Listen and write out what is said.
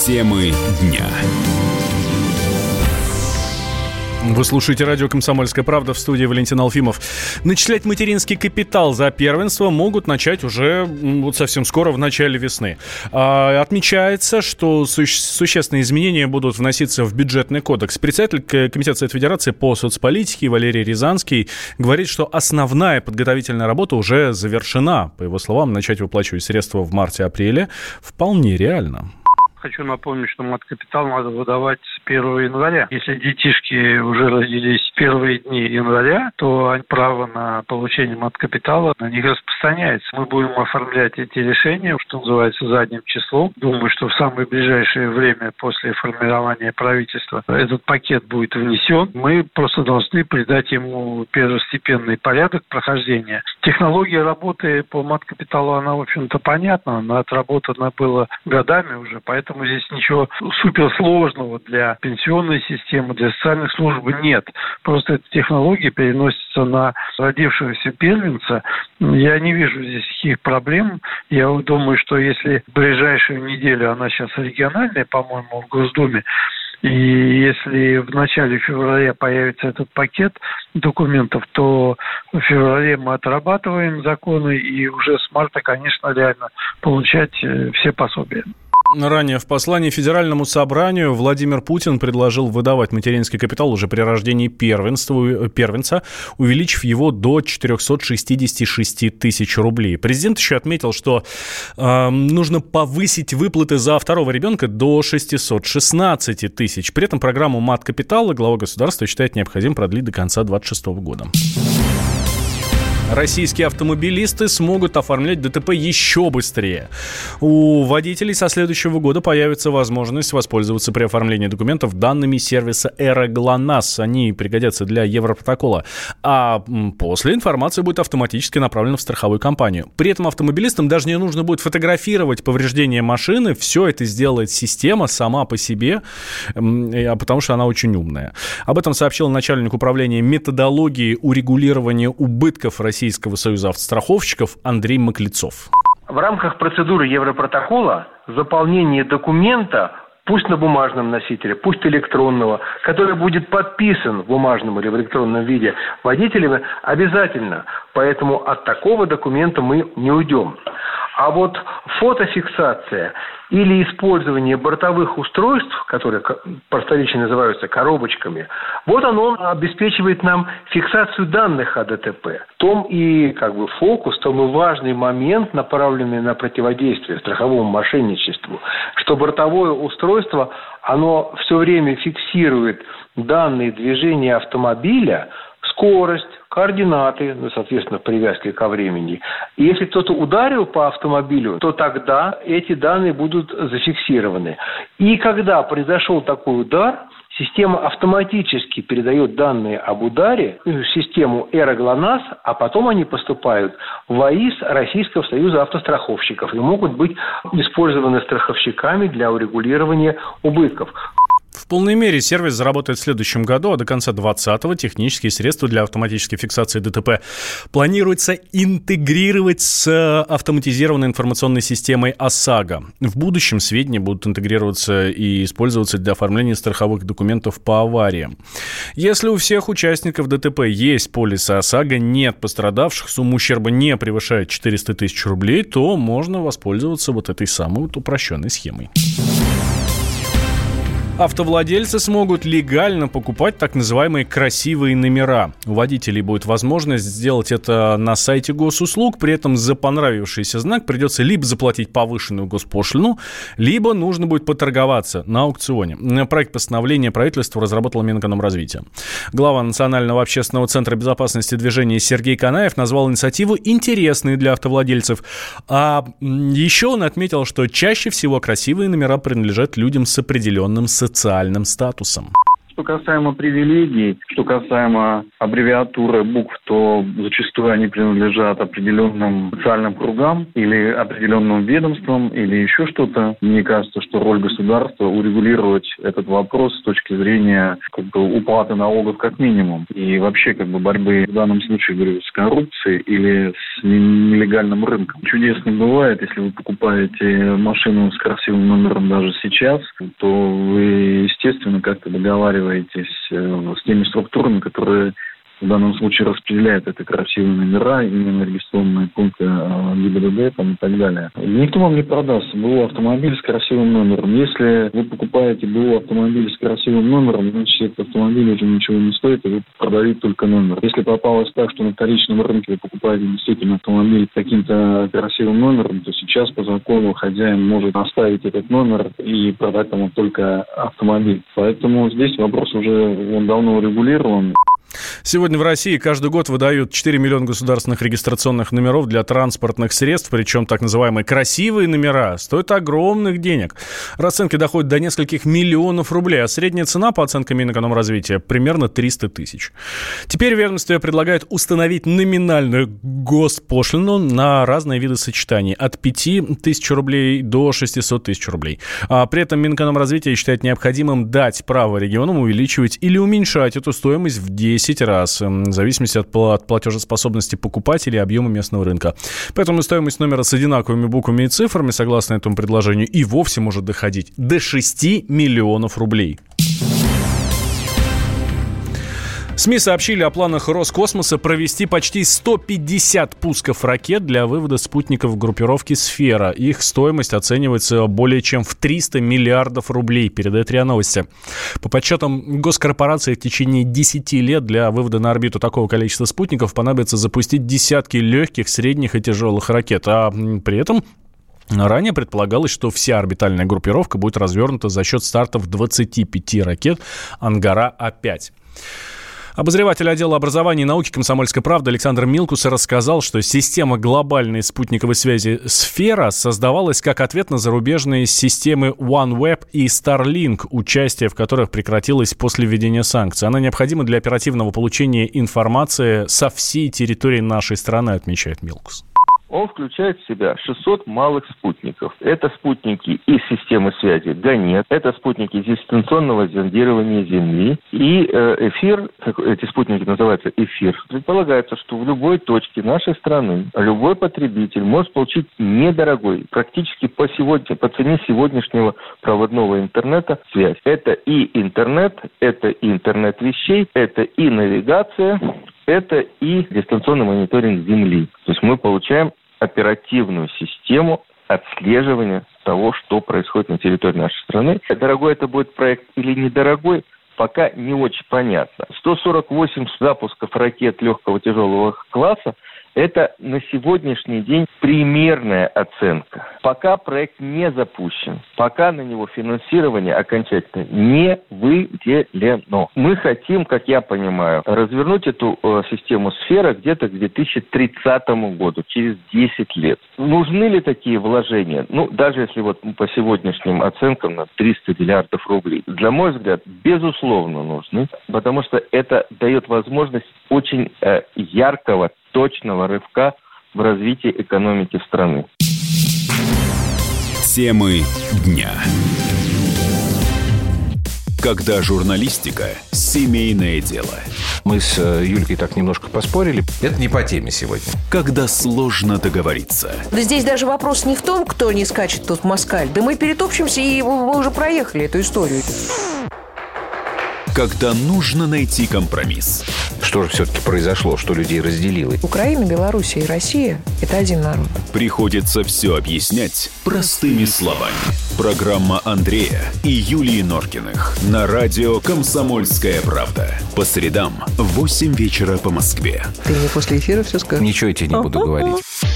Темы дня. Вы слушаете радио «Комсомольская правда», в студии Валентин Алфимов. Начислять материнский капитал за первенство могут начать уже совсем скоро, в начале весны. Отмечается, что существенные изменения будут вноситься в бюджетный кодекс. Председатель Комитета Совета Федерации по соцполитике Валерий Рязанский говорит, что основная подготовительная работа уже завершена. По его словам, начать выплачивать средства в марте-апреле вполне реально. Хочу напомнить, что мат-капитал надо выдавать с 1 января. Если детишки уже родились в первые дни января, то право на получение мат-капитала на них распространяется. Мы будем оформлять эти решения, что называется, задним числом. Думаю, что в самое ближайшее время после формирования правительства этот пакет будет внесен. Мы просто должны придать ему первостепенный порядок прохождения. Технология работы по мат-капиталу, она, в общем-то, понятна. Она отработана была годами уже, поэтому здесь ничего суперсложного для пенсионной системы, для социальных служб нет. Просто эта технология переносится на родившегося первенца. Я не вижу здесь никаких проблем. Я думаю, что если в ближайшую неделю, она сейчас региональная, по-моему, в Госдуме, и если в начале февраля появится этот пакет документов, то в феврале мы отрабатываем законы и уже с марта, конечно, реально получать все пособия. Ранее в послании Федеральному собранию Владимир Путин предложил выдавать материнский капитал уже при рождении первенца, увеличив его до 466 тысяч рублей. Президент еще отметил, что нужно повысить выплаты за второго ребенка до 616 тысяч. При этом программу мат-капитала глава государства считает необходимым продлить до конца 2026 года. Российские автомобилисты смогут оформлять ДТП еще быстрее. У водителей со следующего года появится возможность воспользоваться при оформлении документов данными сервиса «ЭРО-ГЛОНАСС». Они пригодятся для Европротокола. А после информация будет автоматически направлена в страховую компанию. При этом автомобилистам даже не нужно будет фотографировать повреждения машины. Все это сделает система сама по себе, потому что она очень умная. Об этом сообщил начальник управления методологии урегулирования убытков Российского союза автостраховщиков Андрей Маклецов. В рамках процедуры Европротокола заполнение документа, пусть на бумажном носителе, пусть электронного, который будет подписан в бумажном или в электронном виде водителями, обязательно. Поэтому от такого документа мы не уйдем. А вот фотофиксация или использование бортовых устройств, которые просторечие называются коробочками, вот оно обеспечивает нам фиксацию данных о ДТП. В том и фокус, в том и важный момент, направленный на противодействие страховому мошенничеству, что бортовое устройство, оно все время фиксирует данные движения автомобиля, скорость, координаты, соответственно, привязки ко времени. И если кто-то ударил по автомобилю, то тогда эти данные будут зафиксированы. И когда произошел такой удар, система автоматически передает данные об ударе в систему «ЭРО-ГЛОНАСС», а потом они поступают в АИС Российского союза автостраховщиков и могут быть использованы страховщиками для урегулирования убытков. В полной мере сервис заработает в следующем году, а до конца 2020-го технические средства для автоматической фиксации ДТП планируется интегрировать с автоматизированной информационной системой ОСАГО. В будущем сведения будут интегрироваться и использоваться для оформления страховых документов по авариям. Если у всех участников ДТП есть полисы ОСАГО, нет пострадавших, сумма ущерба не превышает 400 тысяч рублей, то можно воспользоваться вот этой самой упрощенной схемой. Автовладельцы смогут легально покупать так называемые красивые номера. У водителей будет возможность сделать это на сайте госуслуг, при этом за понравившийся знак придется либо заплатить повышенную госпошлину, либо нужно будет поторговаться на аукционе. Проект постановления правительства разработало Минэкономразвития. Глава Национального общественного центра безопасности движения Сергей Канаев назвал инициативу интересной для автовладельцев. А еще он отметил, что чаще всего красивые номера принадлежат людям с определенным социальным статусом. что касаемо привилегий, что касаемо аббревиатуры букв, то зачастую они принадлежат определенным социальным кругам или определенным ведомствам или еще что-то. Мне кажется, что роль государства урегулировать этот вопрос с точки зрения уплаты налогов как минимум и вообще борьбы в данном случае, говорю, с коррупцией или с нелегальным рынком. Чудес не бывает, если вы покупаете машину с красивым номером даже сейчас, то вы, естественно, как-то договариваетесь с теми структурами, которые в данном случае распределяют эти красивые номера, именно регистрационные пункты ГИБДД и так далее. Никто вам не продаст БУ автомобиль с красивым номером. Если вы покупаете БУ автомобиль с красивым номером, значит, этот автомобиль уже ничего не стоит, и вы продаете только номер. Если попалось так, что на вторичном рынке вы покупаете действительно автомобиль с каким-то красивым номером, то сейчас по закону хозяин может оставить этот номер и продать ему только автомобиль. Поэтому здесь вопрос уже давно урегулирован. Сегодня в России каждый год выдают 4 миллиона государственных регистрационных номеров для транспортных средств, причем так называемые красивые номера стоят огромных денег. Расценки доходят до нескольких миллионов рублей, а средняя цена, по оценкам Минэкономразвития, примерно 300 тысяч. Теперь ведомство предлагает установить номинальную госпошлину на разные виды сочетаний от 5 тысяч рублей до 600 тысяч рублей. А при этом Минэкономразвитие считает необходимым дать право регионам увеличивать или уменьшать эту стоимость в 10 раз, в зависимости от платежеспособности покупателей и объема местного рынка. Поэтому стоимость номера с одинаковыми буквами и цифрами, согласно этому предложению, и вовсе может доходить до 6 миллионов рублей. СМИ сообщили о планах Роскосмоса провести почти 150 пусков ракет для вывода спутников группировки «Сфера». Их стоимость оценивается более чем в 300 миллиардов рублей, передает РИА Новости. По подсчетам госкорпорации, в течение 10 лет для вывода на орбиту такого количества спутников понадобится запустить десятки легких, средних и тяжелых ракет. А при этом ранее предполагалось, что вся орбитальная группировка будет развернута за счет стартов 25 ракет «Ангара-А5». Обозреватель отдела образования и науки «Комсомольской правды» Александр Милкус рассказал, что система глобальной спутниковой связи «Сфера» создавалась как ответ на зарубежные системы OneWeb и Starlink, участие в которых прекратилось после введения санкций. Она необходима для оперативного получения информации со всей территории нашей страны, отмечает Милкус. Он включает в себя 600 малых спутников. Это спутники из системы связи ГАНЕТ, это спутники дистанционного зондирования Земли и эфир, эти спутники называются эфир. Предполагается, что в любой точке нашей страны любой потребитель может получить недорогой, практически по цене сегодняшнего проводного интернета связь. Это и интернет, это и интернет вещей, это и навигация, это и дистанционный мониторинг Земли. То есть мы получаем оперативную систему отслеживания того, что происходит на территории нашей страны. Дорогой это будет проект или недорогой, пока не очень понятно. 148 запусков ракет легкого тяжелого класса – это на сегодняшний день примерная оценка. Пока проект не запущен, пока на него финансирование окончательно не выделено. Мы хотим, как я понимаю, развернуть эту систему «Сфера» где-то к 2030 году, через 10 лет. Нужны ли такие вложения? Даже если по сегодняшним оценкам на 300 миллиардов рублей. Для моего взгляда, безусловно, нужны, потому что это дает возможность очень яркого, точного рывка в развитии экономики страны. Темы дня. Когда журналистика – семейное дело. Мы с Юлькой так немножко поспорили. Это не по теме сегодня. Когда сложно договориться. Да здесь даже вопрос не в том, кто не скачет тут в москаль. Да мы перетопчемся, и мы уже проехали эту историю. Когда нужно найти компромисс. Что же все-таки произошло, что людей разделило? Украина, Белоруссия и Россия – это один народ. Приходится все объяснять простыми словами. Программа Андрея и Юлии Норкиных на радио «Комсомольская правда». По средам в 8 вечера по Москве. Ты мне после эфира все скажешь? Ничего я тебе не буду говорить.